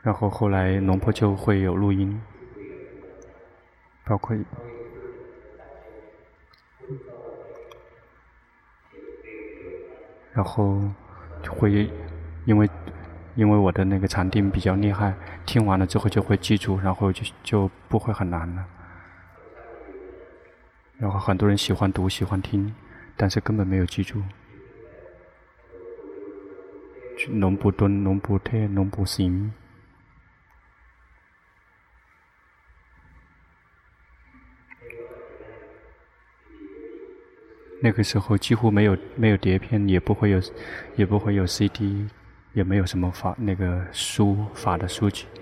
然后后来龙婆就会有录音，包括然后会因为我的那个禅定比较厉害，听完了之后就会记住，然后就不会很难了。然后很多人喜欢读喜欢听，但是根本没有记住。龙ปู่敦、龙ปู่เทศ、龙ปู่สิงห์那个时候几乎没有碟片，也不会有 CD， 也没有什么那个法的书籍，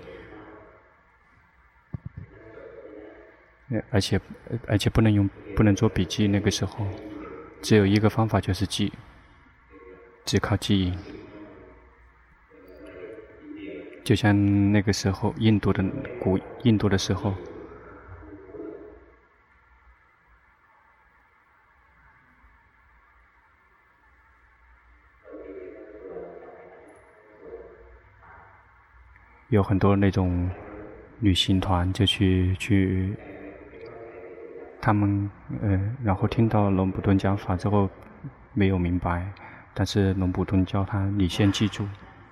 而且不能做笔记。那个时候只有一个方法，就是记，只靠记忆。就像那个时候古印度的时候。有很多那种旅行团就去他们然后听到龙普顿讲法之后没有明白，但是龙普顿教他你先记住，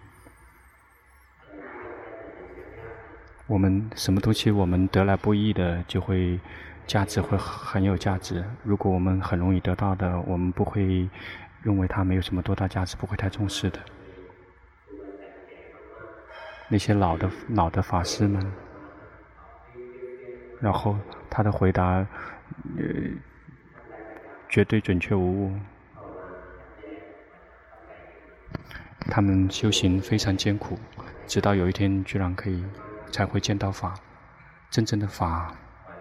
我们什么东西我们得来不易的就会价值会很有价值，如果我们很容易得到的，我们不会认为它没有什么多大价值，不会太重视的。那些老的法师们，然后他的回答绝对准确无误。他们修行非常艰苦，直到有一天居然才会见到法，真正的法。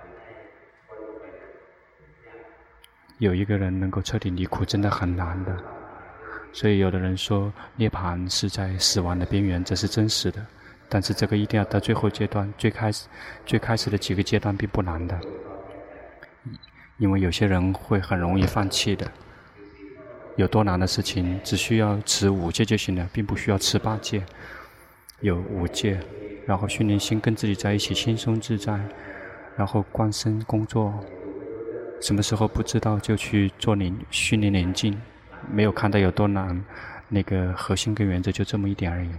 有一个人能够彻底离苦，真的很难的。所以有的人说涅槃是在死亡的边缘，这是真实的。但是这个一定要到最后阶段，最开始的几个阶段并不难的，因为有些人会很容易放弃的。有多难的事情，只需要持5戒就行了，并不需要持8戒。有5戒，然后训练心跟自己在一起，轻松自在，然后观身工作，什么时候不知道就去做训练宁静，没有看到有多难，那个核心跟原则就这么一点而已。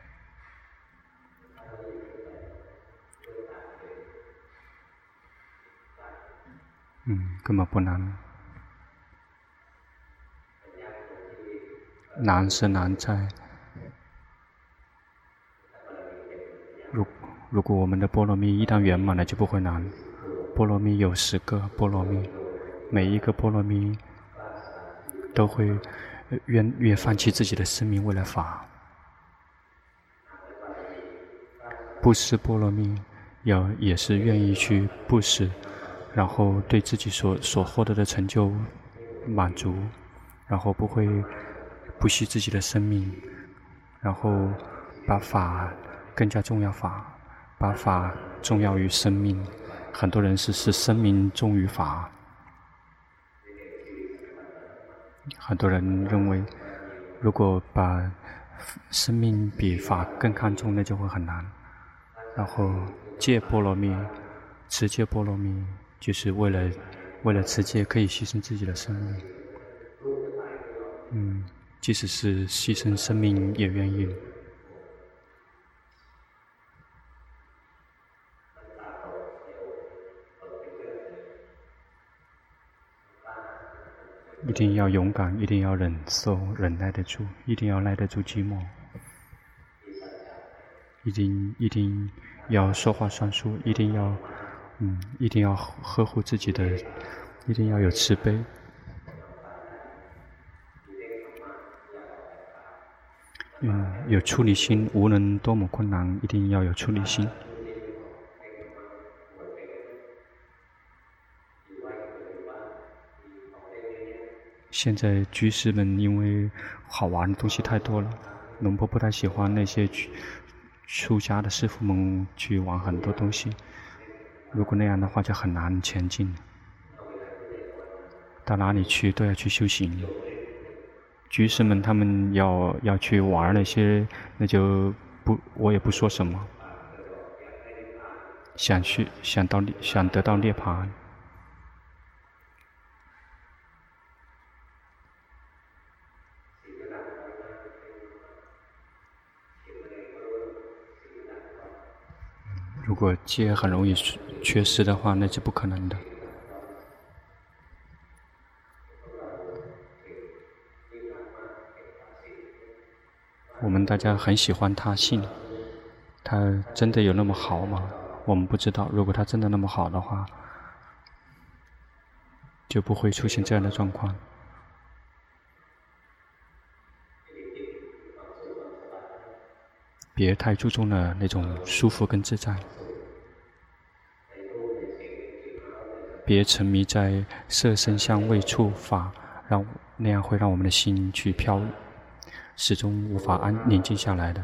根本不难。难是难在，如果我们的波罗蜜一旦圆满了，就不会难。波罗蜜有10个波罗蜜，每一个波罗蜜都会愿放弃自己的生命为了法。布施波罗蜜也是愿意去布施，然后对自己所获得的成就满足，然后不惜自己的生命，然后把法更加重要把法重要于生命。很多人是生命重于法，很多人认为如果把生命比法更看重，那就会很难。然后戒波罗蜜，持戒波罗蜜，就是为了持戒可以牺牲自己的生命。即使是牺牲生命也愿意。一定要勇敢，一定要忍耐得住，一定要耐得住寂寞，一定要说话算数，一定要呵护自己的，一定要有慈悲。有出离心，无论多么困难，一定要有出离心。现在居士们因为好玩的东西太多了，龙婆不太喜欢那些出家的师父们去玩很多东西，如果那样的话就很难前进。到哪里去都要去修行。居士们他们要去玩那些，那就我也不说什么。 想得到涅槃。如果戒很容易缺失的话，那是不可能的。我们大家很喜欢他信，他真的有那么好吗？我们不知道。如果他真的那么好的话，就不会出现这样的状况。别太注重了那种舒服跟自在，别沉迷在色声香味触法，那样会让我们的心去飘，始终无法宁静下来的。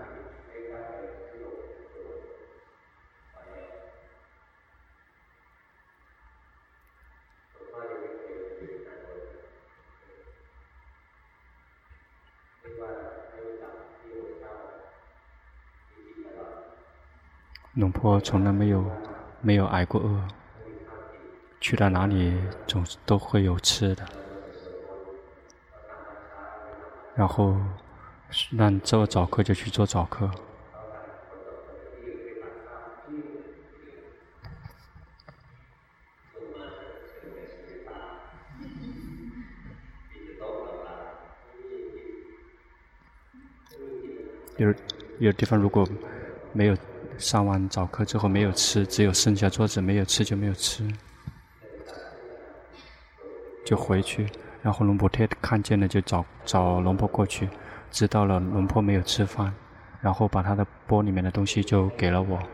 龙婆从来没有挨过饿，去到哪里都会有吃的，然后让做早课就去做早课。有的地方如果没有上完早课之后没有吃，只有剩下桌子没有吃就没有吃，就回去，然后龙婆贴看见了就找龙婆过去，知道了龙婆没有吃饭，然后把他的钵里面的东西就给了我，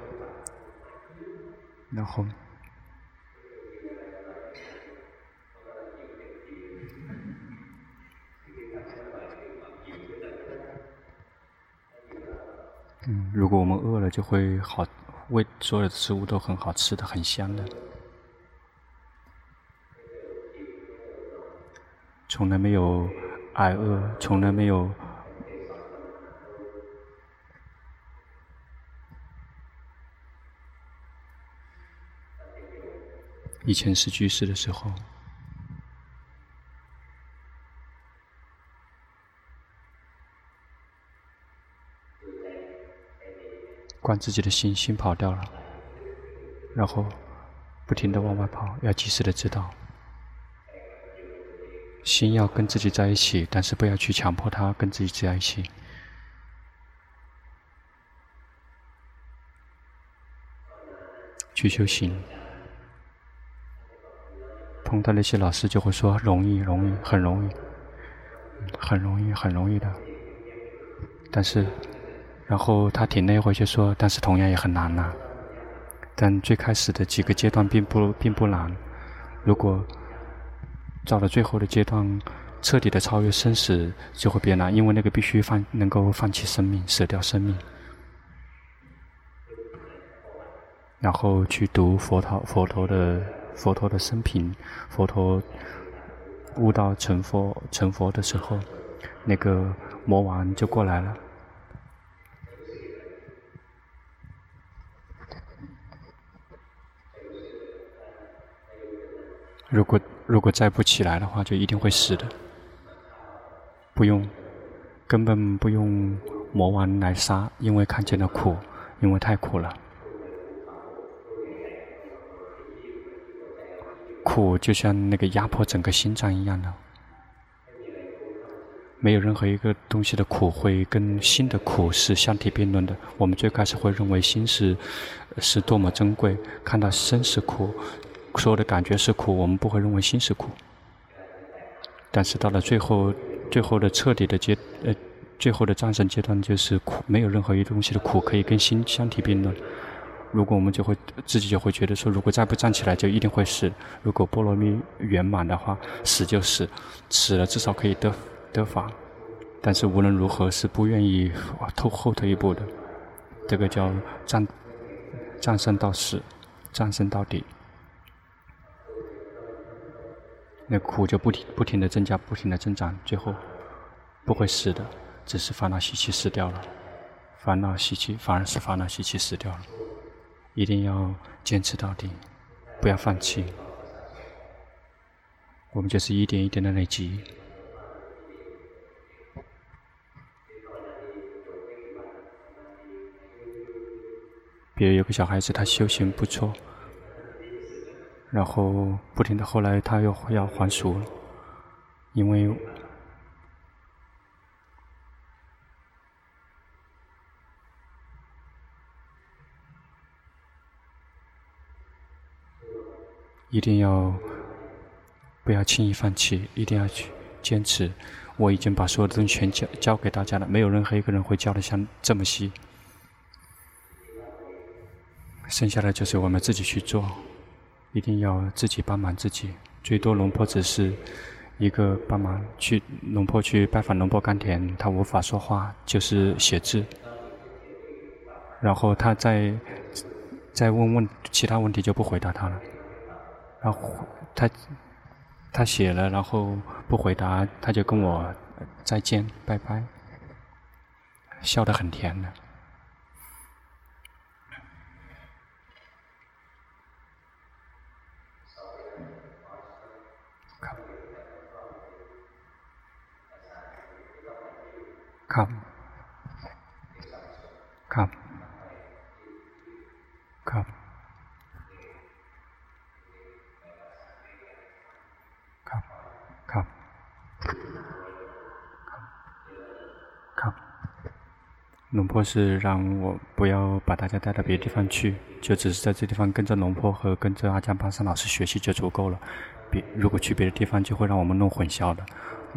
然后如果我们饿了就会所有的食物都很好吃的，很香的。从来没有挨饿，从来没有以前是居士的时候，观自己的心跑掉了，然后不停地往外跑，要及时的知道，心要跟自己在一起，但是不要去强迫它跟自己在一起。去修行，碰到那些老师就会说容易，很容易，很容易的。但是，然后他停了一会就说，但是同样也很难呐。但最开始的几个阶段并不难，如果到了最后的阶段，彻底的超越生死就会变难，因为那个必须能够放弃生命，舍掉生命。然后去读佛陀的生平，佛陀悟道成佛的时候，那个魔王就过来了。如果再不起来的话，就一定会死的。根本不用魔王来杀，因为看见了苦，因为太苦了。苦就像那个压迫整个心脏一样的，没有任何一个东西的苦会跟心的苦是相提并论的。我们最开始会认为心是多么珍贵，看到生是苦，所有的感觉是苦，我们不会认为心是苦。但是到了最后的彻底的最后的战胜阶段，就是苦，没有任何一个东西的苦可以跟心相提并论。如果我们自己就会觉得说，如果再不站起来就一定会死。如果波罗蜜圆满的话，死就死了至少可以得法。但是无论如何是不愿意后退一步的，这个叫战胜到死，战胜到底。那苦就不停的增加，不停的增长，最后不会死的，只是烦恼习气死掉了。反而是烦恼习气死掉了。 一定要坚持到底，不要放弃。我们就是一点一点的累积。比如有个小孩子，他修行不错，然后不停的，后来他又要还俗了，因为一定要不要轻易放弃，一定要去坚持。我已经把所有的东西全教给大家了，没有任何一个人会教得像这么细。剩下的就是我们自己去做，一定要自己帮忙自己。最多龙婆只是一个帮忙，去龙婆去拜访龙婆甘田，他无法说话，就是写字。然后他再问其他问题就不回答他了。然后他写了，然后不回答，他就跟我再见，拜拜，笑得很甜的。ครับครับครับครับครับครับ龙婆是让我不要把大家带到别的地方去，就只是在这地方跟着龙婆和跟着阿江巴桑老师学习就足够了。如果去别的地方，就会让我们弄混淆的。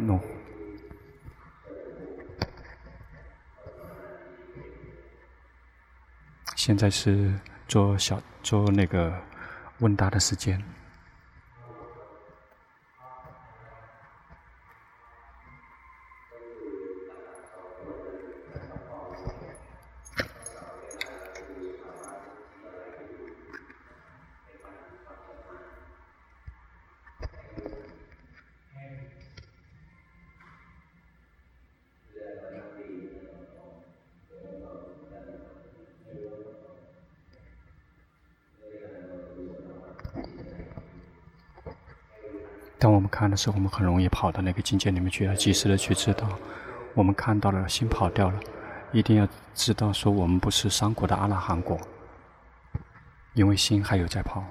现在是做那个问答的时间。当我们看的时候，我们很容易跑到那个境界里面去，要及时的去知道，我们看到了，心跑掉了，一定要知道说我们不是三果的阿拉含果，因为心还有在跑。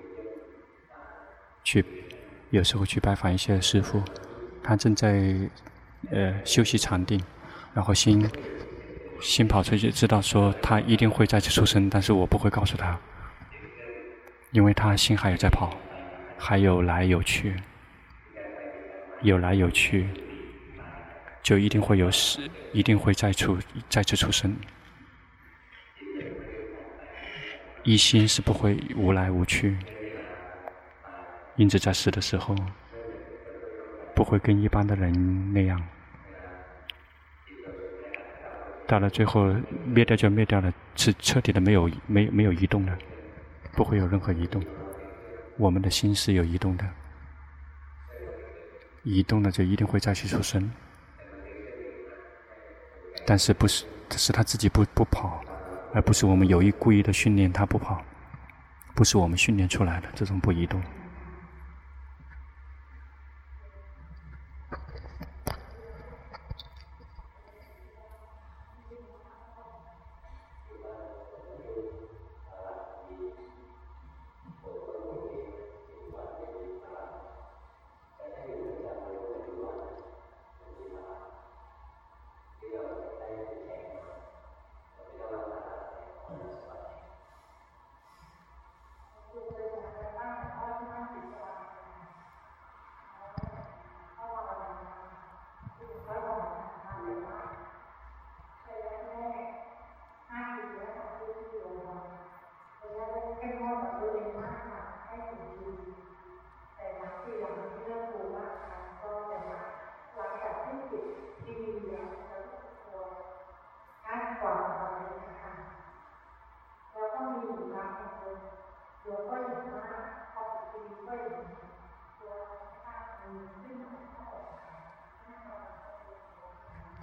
有时候去拜访一些师父，他正在休息禅定，然后心跑出去，知道说他一定会再次出生，但是我不会告诉他，因为他心还有在跑，还有来有去。有来有去，就一定会有死，一定会再次出生。一心是不会无来无去，因此在死的时候，不会跟一般的人那样。到了最后灭掉就灭掉了，是彻底的没有移动的，不会有任何移动。我们的心是有移动的。移动了就一定会再去出生，但是不是他自己不跑，而不是我们有意故意的训练他不跑，不是我们训练出来的这种不移动。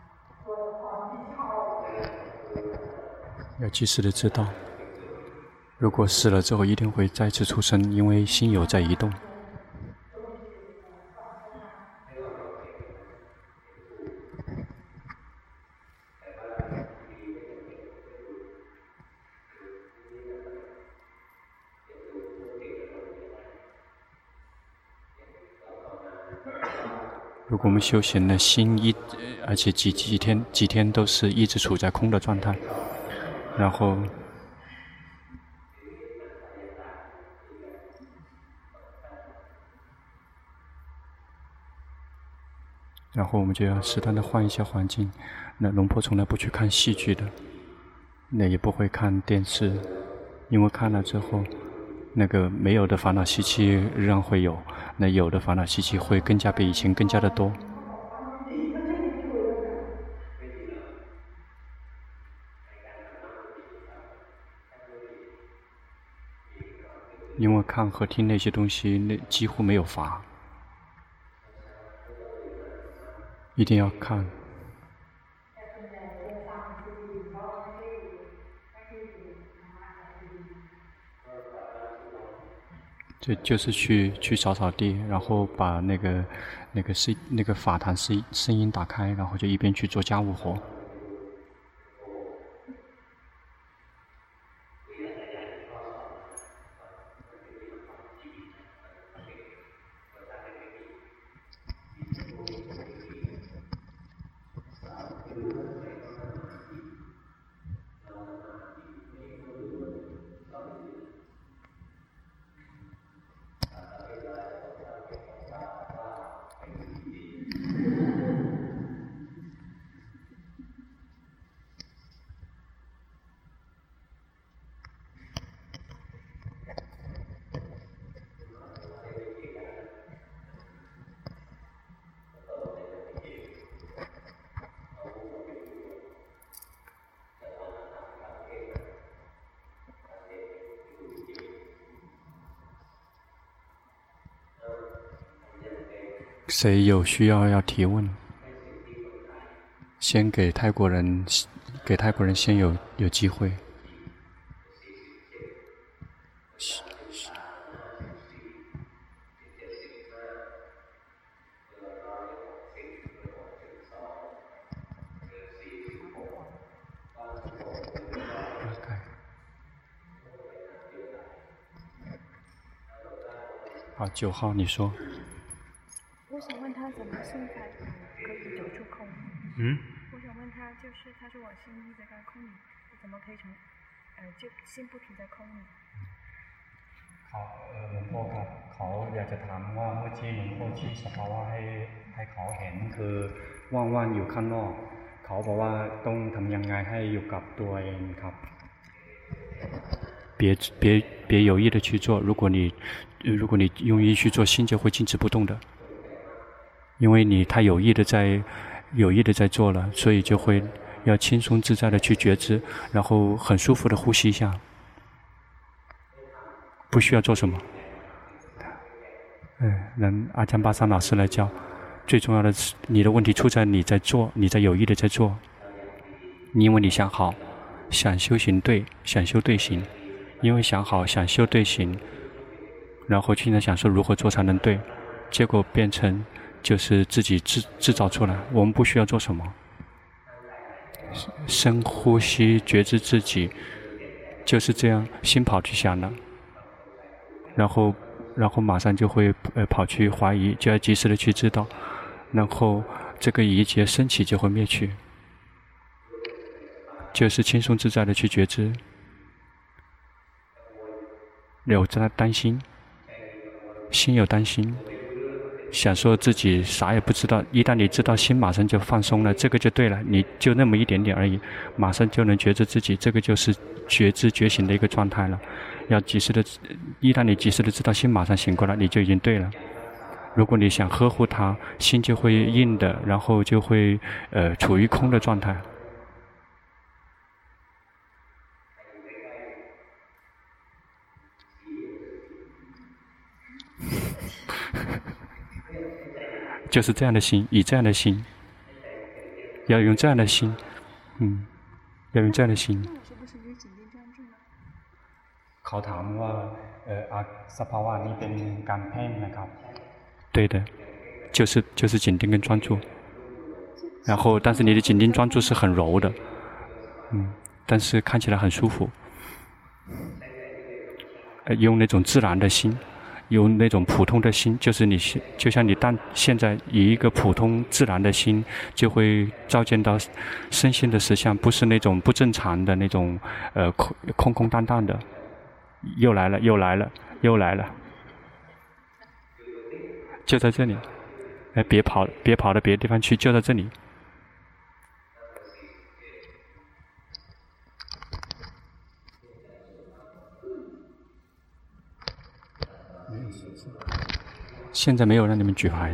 要及时的知道， 如果死了之后一定会再次出生，因为心有在移动。如果我们修行的心而且几天都是一直处在空的状态，然后我们就要适当的换一下环境。那龙婆从来不去看戏剧的，那也不会看电视，因为看了之后，那个没有的烦恼习气仍然会有，那有的烦恼习气会更加比以前更加的多。因为看和听那些东西，那几乎没有法，一定要看。这就是去扫扫地，然后把那个法坛声音打开，然后就一边去做家务活。谁有需要要提问？先给泰国人先有机会。好，9号，你说。 我想问他怎么心才可以走出空？我想问他，就是他说我心一直在空里，怎么可以就心不停在空里？ หลวงพ่อครับเขาอยากจะถามว่าเมื่อที่หลวงพ่อชี้สภาวะให้เขาเห็นคือว่างๆอยู่ข้างนอกเขาบอกว่าต้องทำยังไงให้อยู่กับตัวเองครับ别有意的去做，如果你用意去做，心就会静止不动的。因为他有意的在做了，所以就会要轻松自在的去觉知，然后很舒服的呼吸一下，不需要做什么。让阿江巴桑老师来教。最重要的是，你的问题出在你在做，你在有意的在做。因为你想好，想修行对，想修对行，因为想好想修对行，然后现在想说如何做才能对，结果变成就是自己制造出来。我们不需要做什么，深呼吸，觉知自己，就是这样，心跑去想了，然后马上就会跑去怀疑，就要及时的去知道，然后这个疑结升起就会灭去，就是轻松自在的去觉知。有在担心，心有担心，想说自己啥也不知道，一旦你知道，心马上就放松了，这个就对了，你就那么一点点而已，马上就能觉知自己，这个就是觉知觉醒的一个状态了。要及时的，一旦你及时的知道，心马上醒过来，你就已经对了。如果你想呵护它，心就会硬的，然后就会处于空的状态。就是这样的心，以这样的心，要用这样的心，要用这样的心。 เขาถามว่าสภาวะนี้เป็นการเพ่งนะครับ对的就是紧盯跟专注然后但是你的紧盯专注是很柔的但是看起来很舒服用那种自然的心用那种普通的心就是你就像你现在以一个普通自然的心就会照见到身心的实相不是那种不正常的那种空荡荡的又来了就在这里别跑到别的地方去就在这里现在没有让你们举牌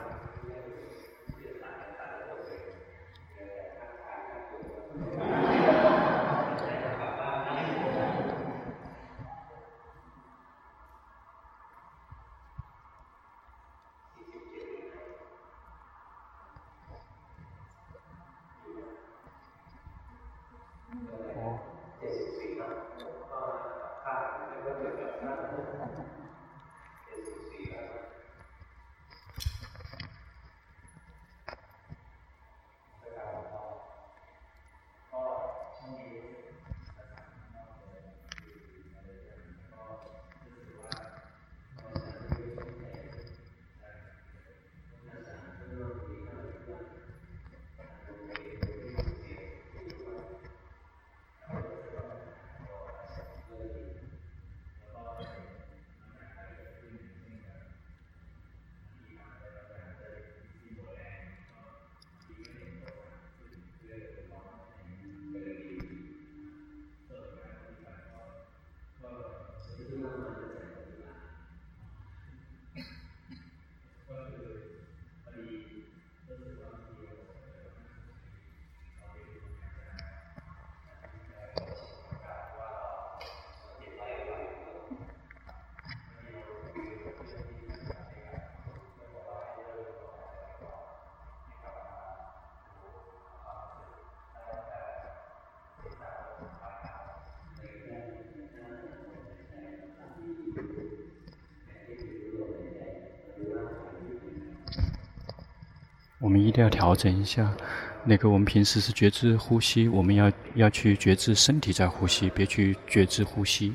我们一定要调整一下那个我们平时是觉知呼吸我们要去觉知身体在呼吸别去觉知呼吸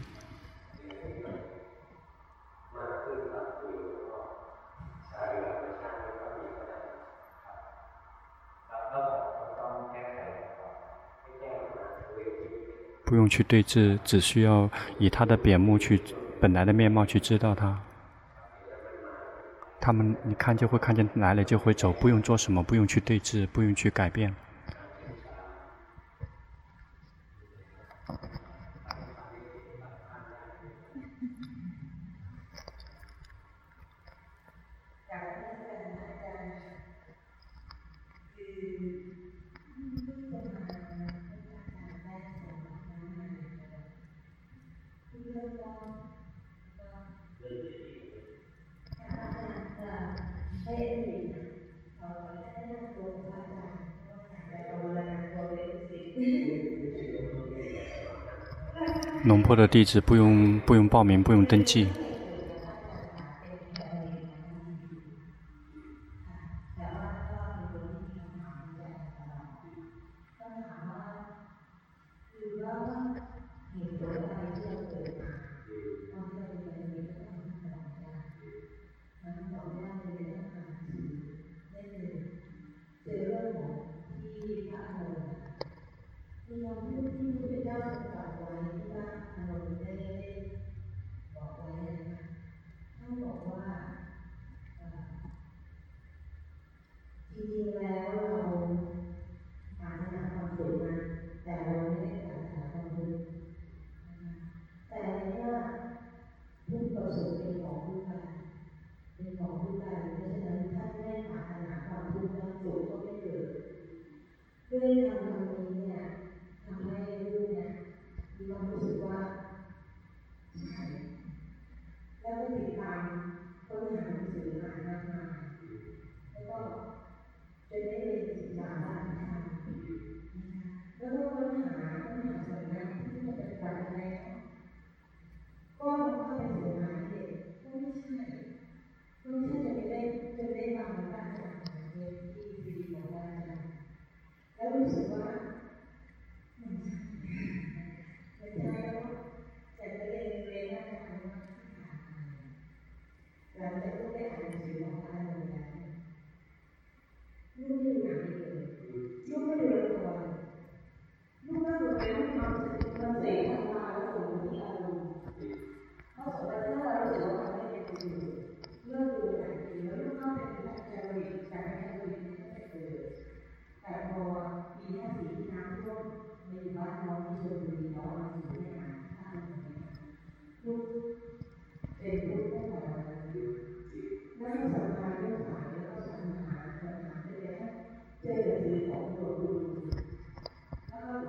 不用去对峙只需要以它的本来的面貌去知道它他们你看就会看见来了就会走不用做什么不用去对峙不用去改变龙坡的弟子不用报名不用登记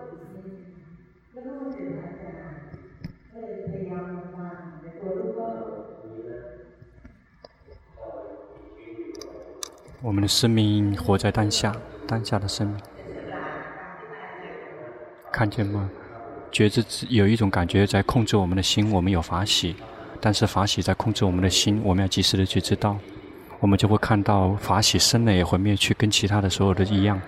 我们的生命活在当下，当下的生命，看见吗？觉知有一种感觉在控制我们的心，我们有法喜，但是法喜在控制我们的心，我们要及时的去知道，我们就会看到法喜生了也会灭去，跟其他的所有的一样。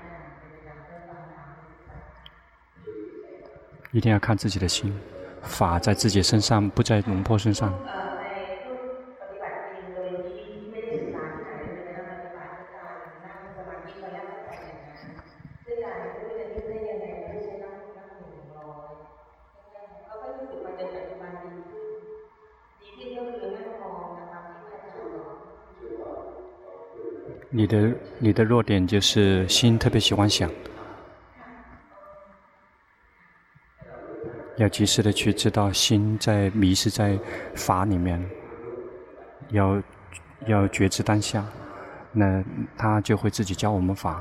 一定要看自己的心，法在自己身上，不在龙婆身上。你的弱点就是心特别喜欢想，要及时的去知道心在迷失在法里面，要觉知当下，那他就会自己教我们法。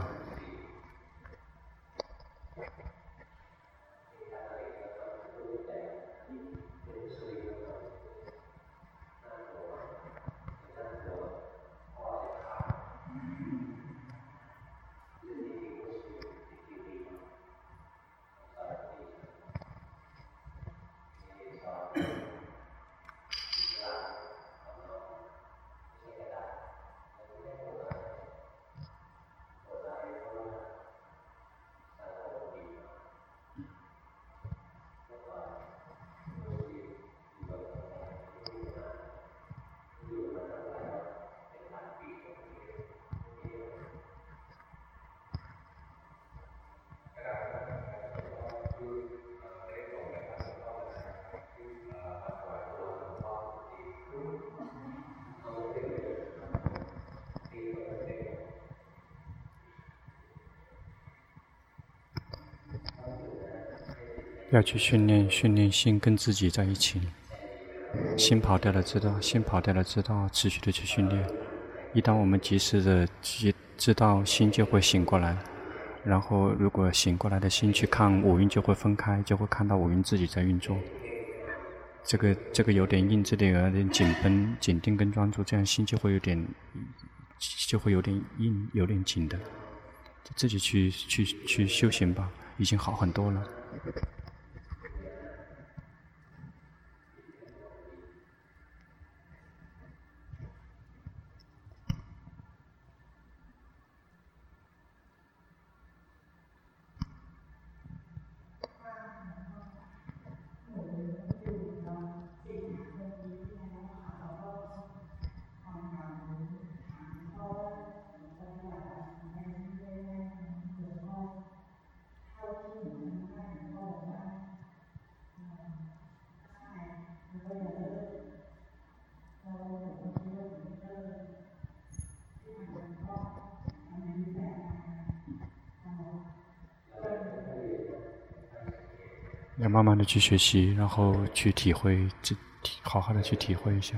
要去训练心跟自己在一起。心跑掉了知道，心跑掉了知道，持续的去训练。一旦我们及时的知道，心就会醒过来。然后如果醒过来的心去看五蕴，就会分开，就会看到五蕴自己在运作。这个有点硬，这里有点紧定跟专注，这样心就会有点硬，有点紧的。自己去修行吧，已经好很多了。要慢慢的去学习，然后去体会，好好的去体会一下。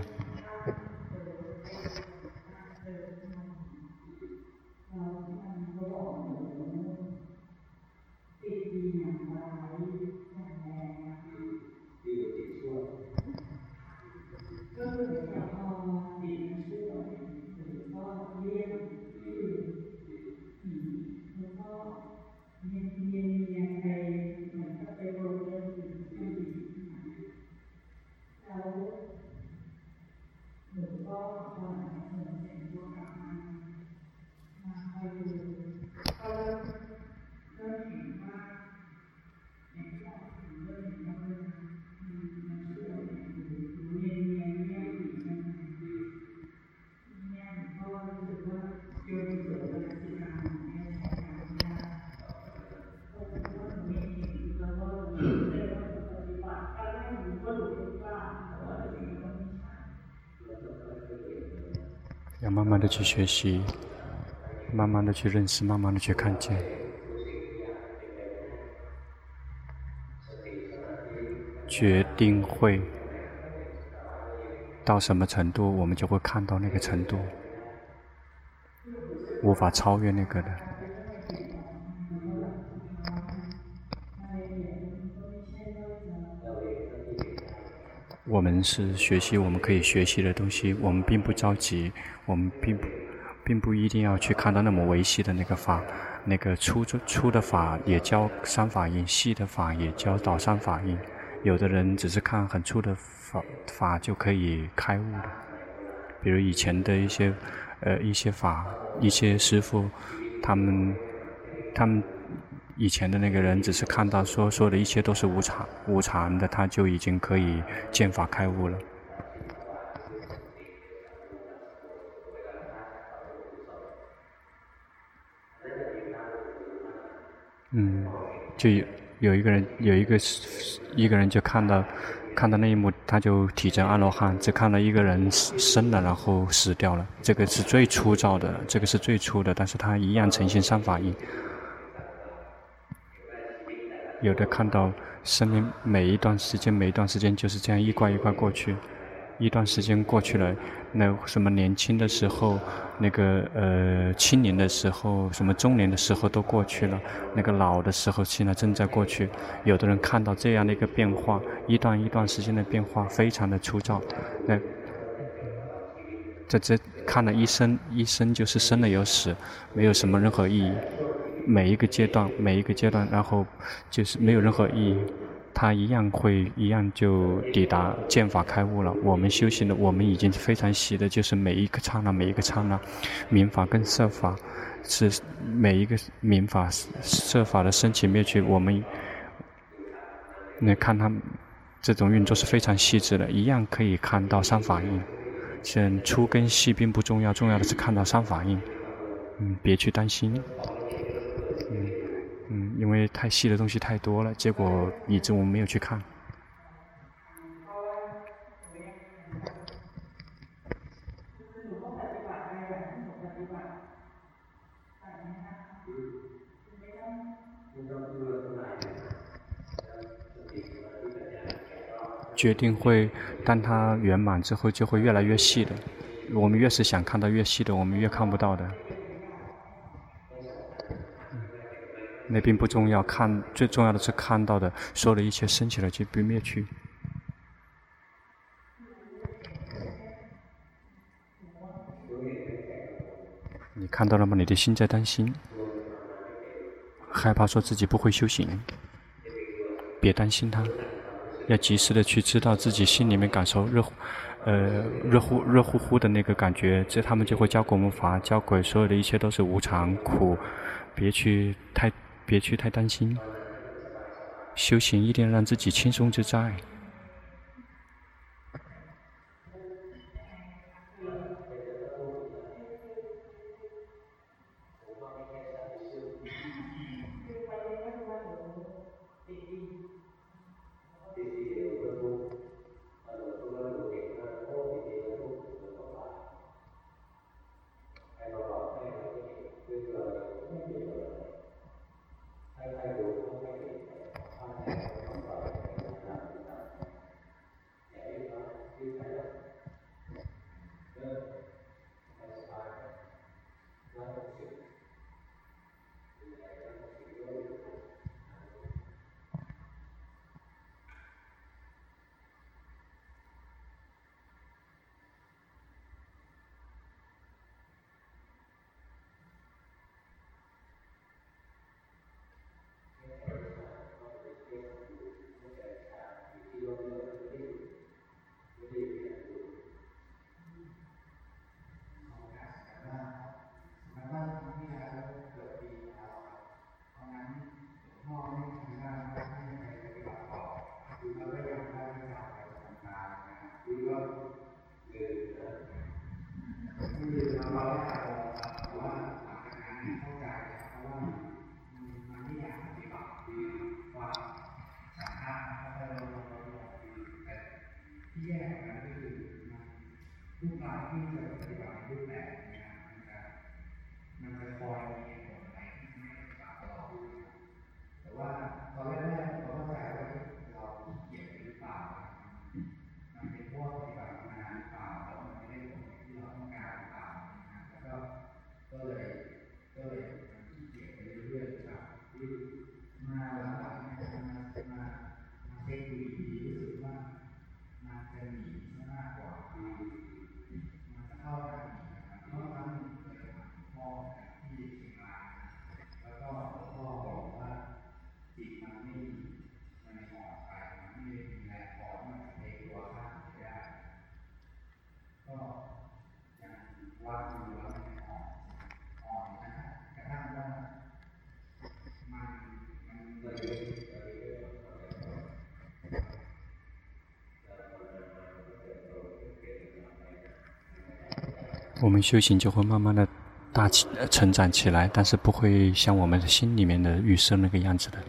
要慢慢的去学习，慢慢的去认识，慢慢的去看见。决定会到什么程度，我们就会看到那个程度，无法超越那个的。 我们是学习我们可以学习的东西，我们并不着急，我们并不一定要去看到那么维系的那个法，那个粗的法也教三法印，细的法也教导三法印。有的人只是看很粗的法就可以开悟的，比如以前的一些法，一些师父，他们以前的那个人只是看到说的一切都是无常的，他就已经可以见法开悟了。就有一个人就看到那一幕，他就体证阿罗汉，只看到一个人生了然后死掉了，这个是最粗糙的，这个是最粗的，但是他一样呈现三法印。有的看到生命每一段时间就是这样一关一关过去，一段时间过去了，那什么年轻的时候，那个青年的时候，什么中年的时候都过去了，那个老的时候现在正在过去。有的人看到这样的一个变化，一段时间的变化非常的粗糙，那这看了一生就是生了有死，没有什么任何意义。每一个阶段，然后就是没有任何意义，他一样就抵达见法开悟了。我们修行的，我们已经非常细的，就是每一个刹那，明法跟色法是每一个明法色法的升起灭去，我们那看他这种运作是非常细致的，一样可以看到三法印。像粗跟细并不重要，重要的是看到三法印。别去担心。因为太细的东西太多了，结果以致我们没有去看。决定会，当它圆满之后，就会越来越细的。我们越是想看到越细的，我们越看不到的。那并不重要，最重要的是看到的，所有的一切升起来就不灭去。你看到了吗？你的心在担心，害怕说自己不会修行。别担心它，要及时的去知道自己心里面感受热乎乎的那个感觉，这他们就会教给我们法，教给所有的一切都是无常苦，别去太担心。修行一定要让自己轻松自在。 我们修行就会慢慢的成长起来，但是不会像我们的心里面的预设那个样子的。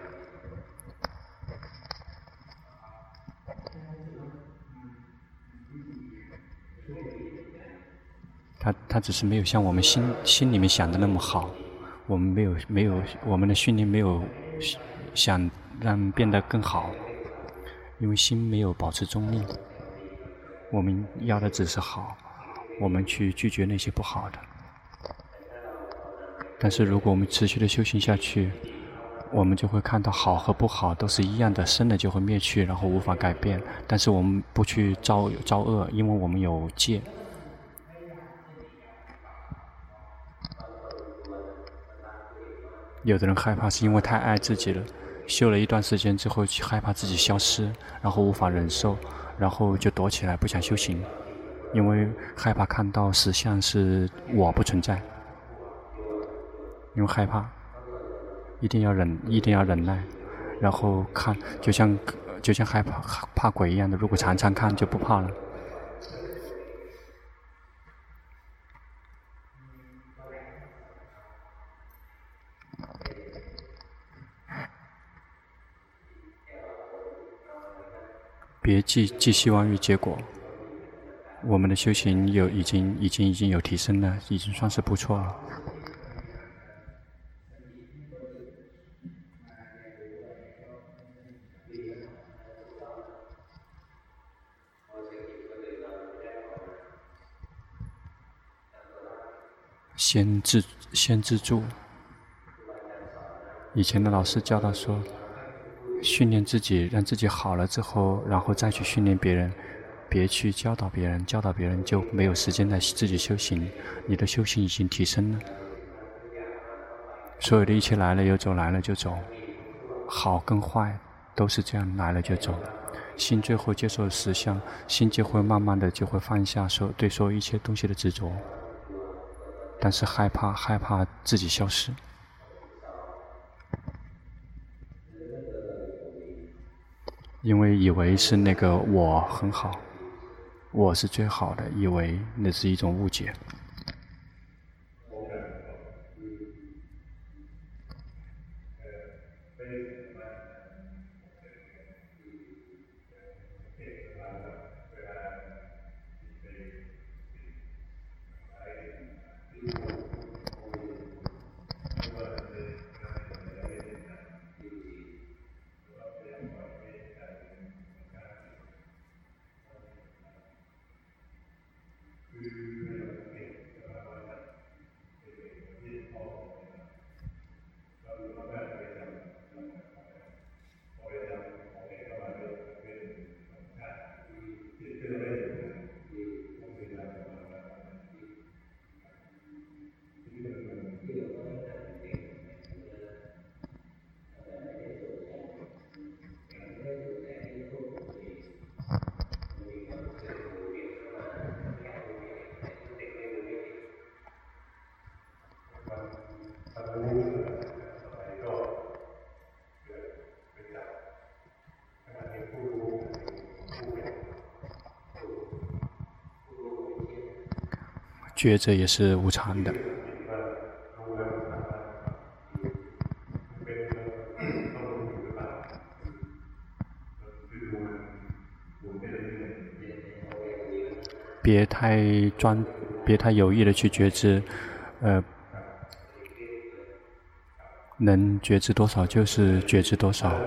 它只是没有像我们心里面想的那么好，我们没有我们的训练没有想让变得更好，因为心没有保持中立。我们要的只是好，我们去拒绝那些不好的。但是如果我们持续的修行下去，我们就会看到好和不好都是一样的，生了就会灭去，然后无法改变。但是我们不去造恶，因为我们有戒。有的人害怕是因为太爱自己了，修了一段时间之后害怕自己消失，然后无法忍受，然后就躲起来不想修行，因为害怕看到实相是我不存在，因为害怕，一定要忍耐，然后看就像害怕鬼一样的，如果常常看就不怕了。别寄希望于结果。我们的修行已经有提升了，已经算是不错了。先自助。以前的老师教他说，训练自己，让自己好了之后，然后再去训练别人，别去教导别人，教导别人就没有时间来自己修行。你的修行已经提升了，所有的一切来了又走，来了就走，好跟坏都是这样，来了就走。心最后接受实相，心就会慢慢的就会放下对所有一切东西的执着，但是害怕自己消失。因为以为是那个我很好，我是最好的，以为那是一种误解。觉者也是无常的。别太有意的去觉知，能觉知多少就是觉知多少。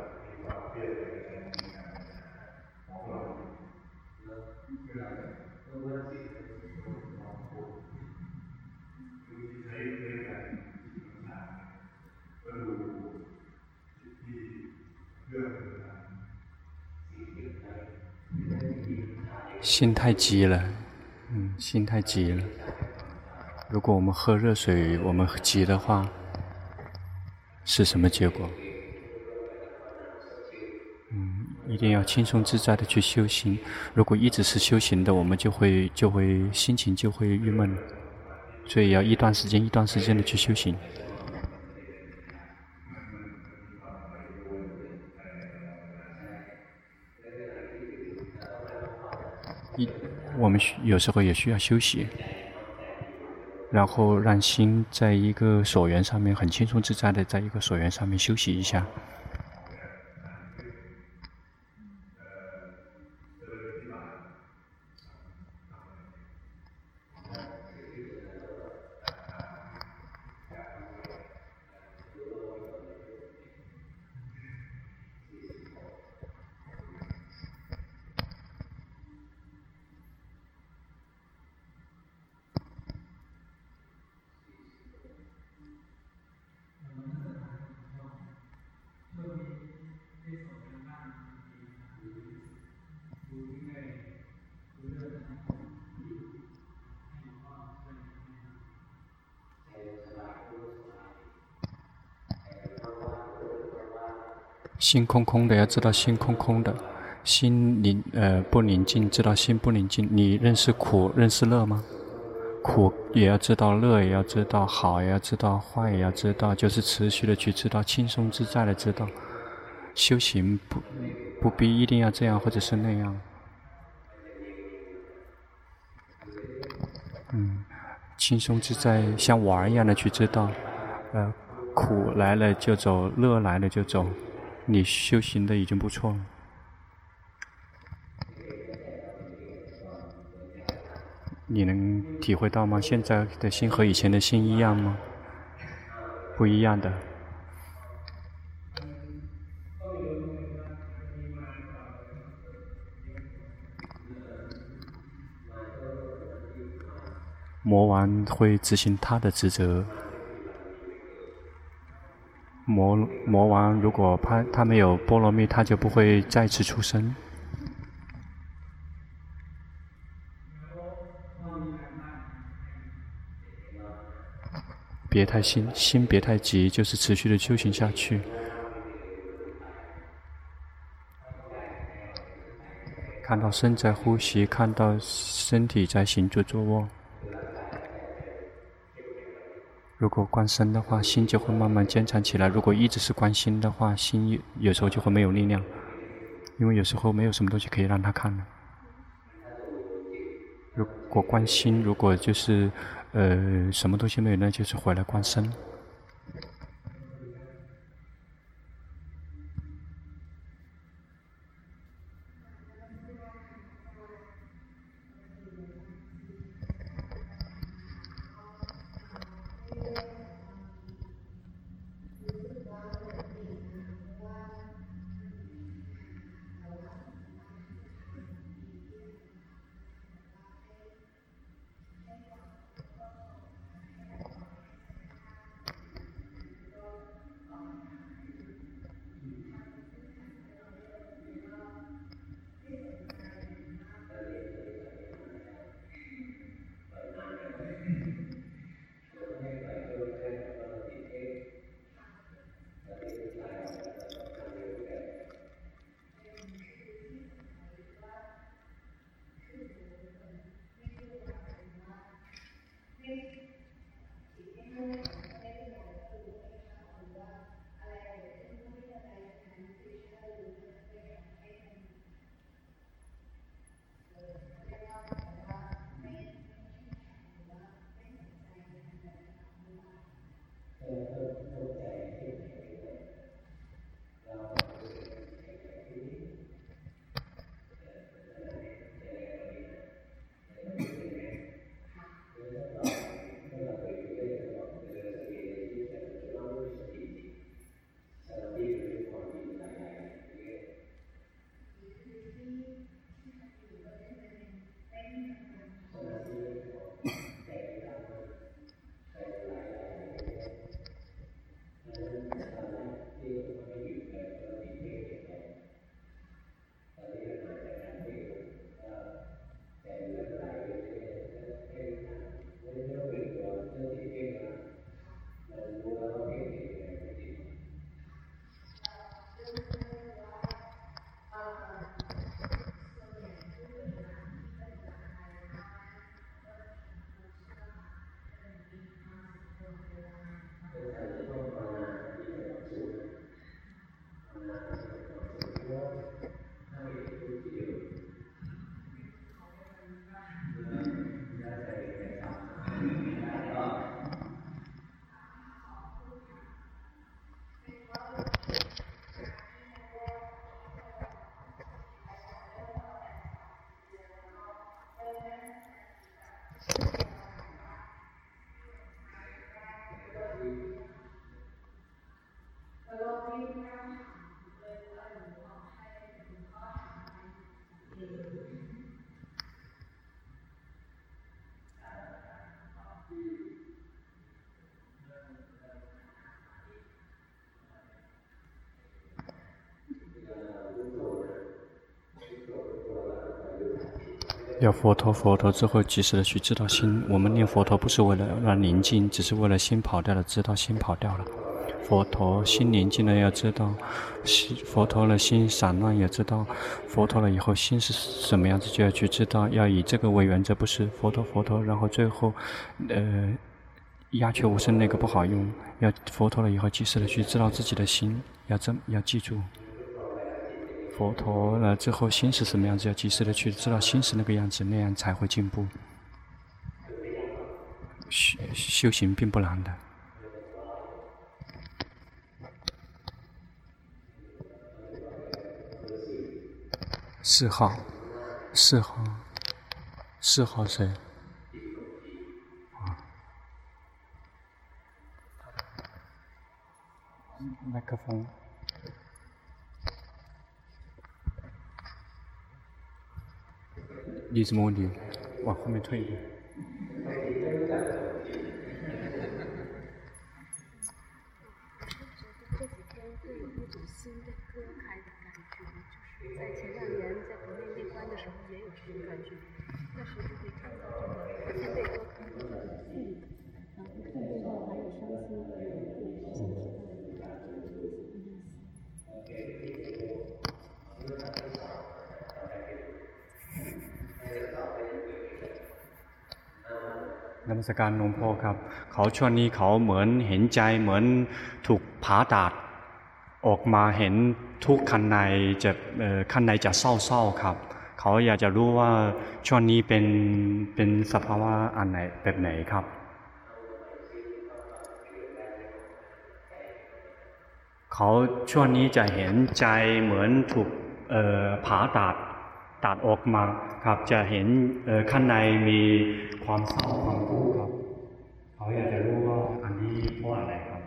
心太急了，心太急了。如果我们喝热水，我们急的话，是什么结果？一定要轻松自在的去修行。如果一直是修行的，我们就会心情就会郁闷，所以要一段时间的去修行。我们有时候也需要休息。 然后让心在一个所缘上面很轻松自在的在一个所缘上面休息一下。心空空的，要知道心空空的，心不宁静，知道心不宁静。你认识苦，认识乐吗？苦也要知道，乐也要知道，好也要知道，坏也要知道，就是持续的去知道，轻松自在的知道。修行不必一定要这样或者是那样。轻松自在，像玩一样的去知道，苦来了就走，乐来了就走。你修行的已经不错了。你能体会到吗？现在的心和以前的心一样吗？不一样的。魔王会执行他的职责。魔王如果他没有波罗蜜，他就不会再次出生。别太心别太急，就是持续的修行下去。看到身在呼吸，看到身体在行住坐卧。如果观身的话，心就会慢慢坚强起来；如果一直是观心的话，心有时候就会没有力量，因为有时候没有什么东西可以让他看了。如果观心，如果就是什么东西没有，那就是回来观身。 要佛陀之后及时的去知道心。我们念佛陀不是为了让宁静，只是为了心跑掉了，知道心跑掉了。佛陀心宁静了，要知道佛陀的心散乱，也知道佛陀了以后心是什么样子，就要去知道，要以这个为原则，不是佛陀，然后最后鸦雀无声那个不好用，要佛陀了以后及时的去知道自己的心，要记住。佛陀了之后心是什么样子，要及时的去知道心是那个样子，那样才会进步。修行并不难的。4号谁？麦克风。你什么问题？往后面退一点。 这几天会有一种新的割开的感觉，就是在前2年在国内内观的时候也有这种感觉，那时就会看到这个天被割开的这个信，然后看背后还有伤心。 นมัสการหลวงพ่อครับเขาช่วงนี้เขาเหมือนเห็นใจเหมือนถูกผ่าตัดออกมาเห็นทุกข้างในจะเศร้าๆครับเขาอยากจะรู้ว่าช่วงนี้เป็นสภาวะอันไหนแบบไหนครับเขาช่วงนี้จะเห็นใจเหมือนถูกผ่าตัดออกมาครับจะเห็นข้างในมีความเศร้าความทุกข์ครับเขาอยากจะรู้ว่าอันนี้เพราะอะไรครับ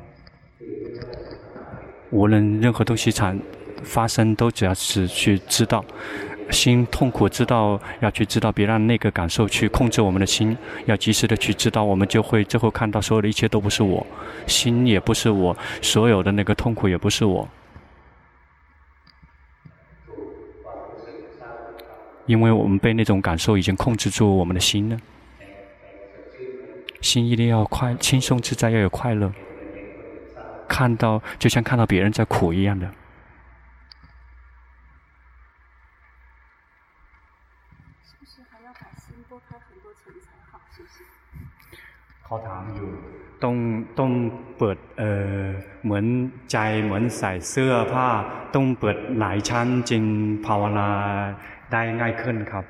无论任何东西发生都只要是去知道心痛苦，知道要去知道，别让那个感受去控制我们的心，要及时的去知道，我们就会最后看到所有的一切都不是我，心也不是我，所有的那个痛苦也不是我。因为我们被那种感受已经控制住我们的心了，心一定要轻松自在，要有快乐，就像看到别人在苦一样的。 是不是还要把心剥开很多层才好？是不是？ เขาถามอยู่ต้องเปิดเหมือนใจเหมือนใส่เสื้อผ้าต้องเปิดหลายชั้นจึงภาวนาได้ง่ายขึ้นครับ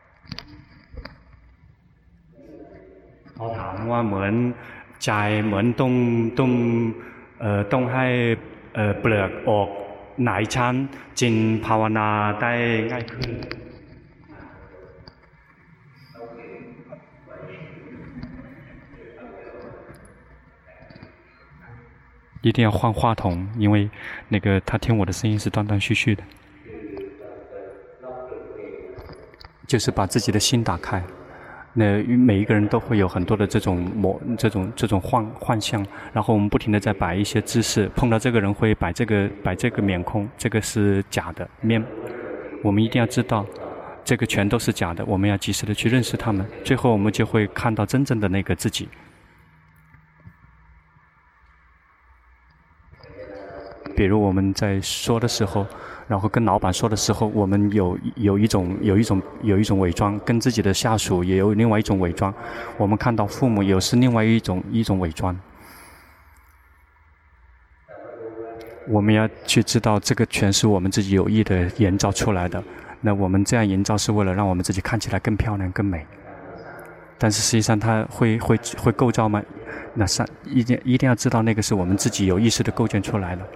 เขาถามว่าเหมือนใจเหมือนต้องให้เปลือกออกหลายชั้นจึงภาวนาได้ง่ายขึ้น一定要换话筒，因为那个他听我的声音是断断续续的。就是把自己的心打开，那每一个人都会有很多的这种幻象，然后我们不停地在摆一些姿势，碰到这个人会摆这个面孔，这个是假的面，我们一定要知道，这个全都是假的，我们要及时的去认识他们，最后我们就会看到真正的那个自己。比如我们在说的时候，然后跟老板说的时候，我们有一种伪装，跟自己的下属也有另外一种伪装，我们看到父母也是另外一种伪装。我们要去知道，这个全是我们自己有意的营造出来的。那我们这样营造是为了让我们自己看起来更漂亮、更美。但是实际上，它会构造吗？那一定要知道，那个是我们自己有意识的构建出来的。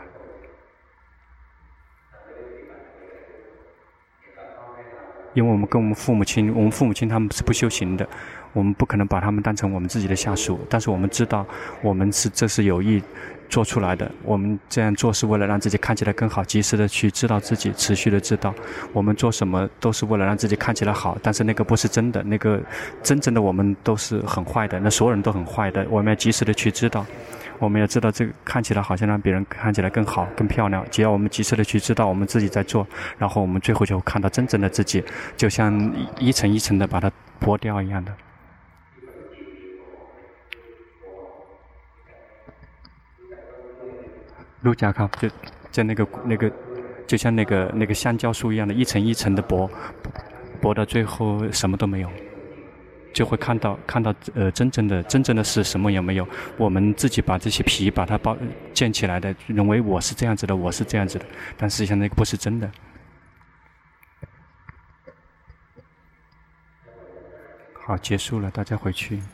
因为我们跟我们父母亲他们是不修行的，我们不可能把他们当成我们自己的下属，但是我们知道这是有意做出来的，我们这样做是为了让自己看起来更好，及时的去知道自己，持续的知道我们做什么都是为了让自己看起来好，但是那个不是真的，那个真正的我们都是很坏的，那所有人都很坏的，我们要及时的去知道， 我们要知道这个看起来好像让别人看起来更好、更漂亮。只要我们及时的去知道我们自己在做，然后我们最后就看到真正的自己，就像一层一层的把它剥掉一样的。路加看，就那个，就像那个香蕉树一样的，一层一层的剥到最后什么都没有。就会看到真正的是什么也没有。我们自己把这些皮把它建起来的，认为我是这样子的，我是这样子的，但实际上那个不是真的。好，结束了，大家回去。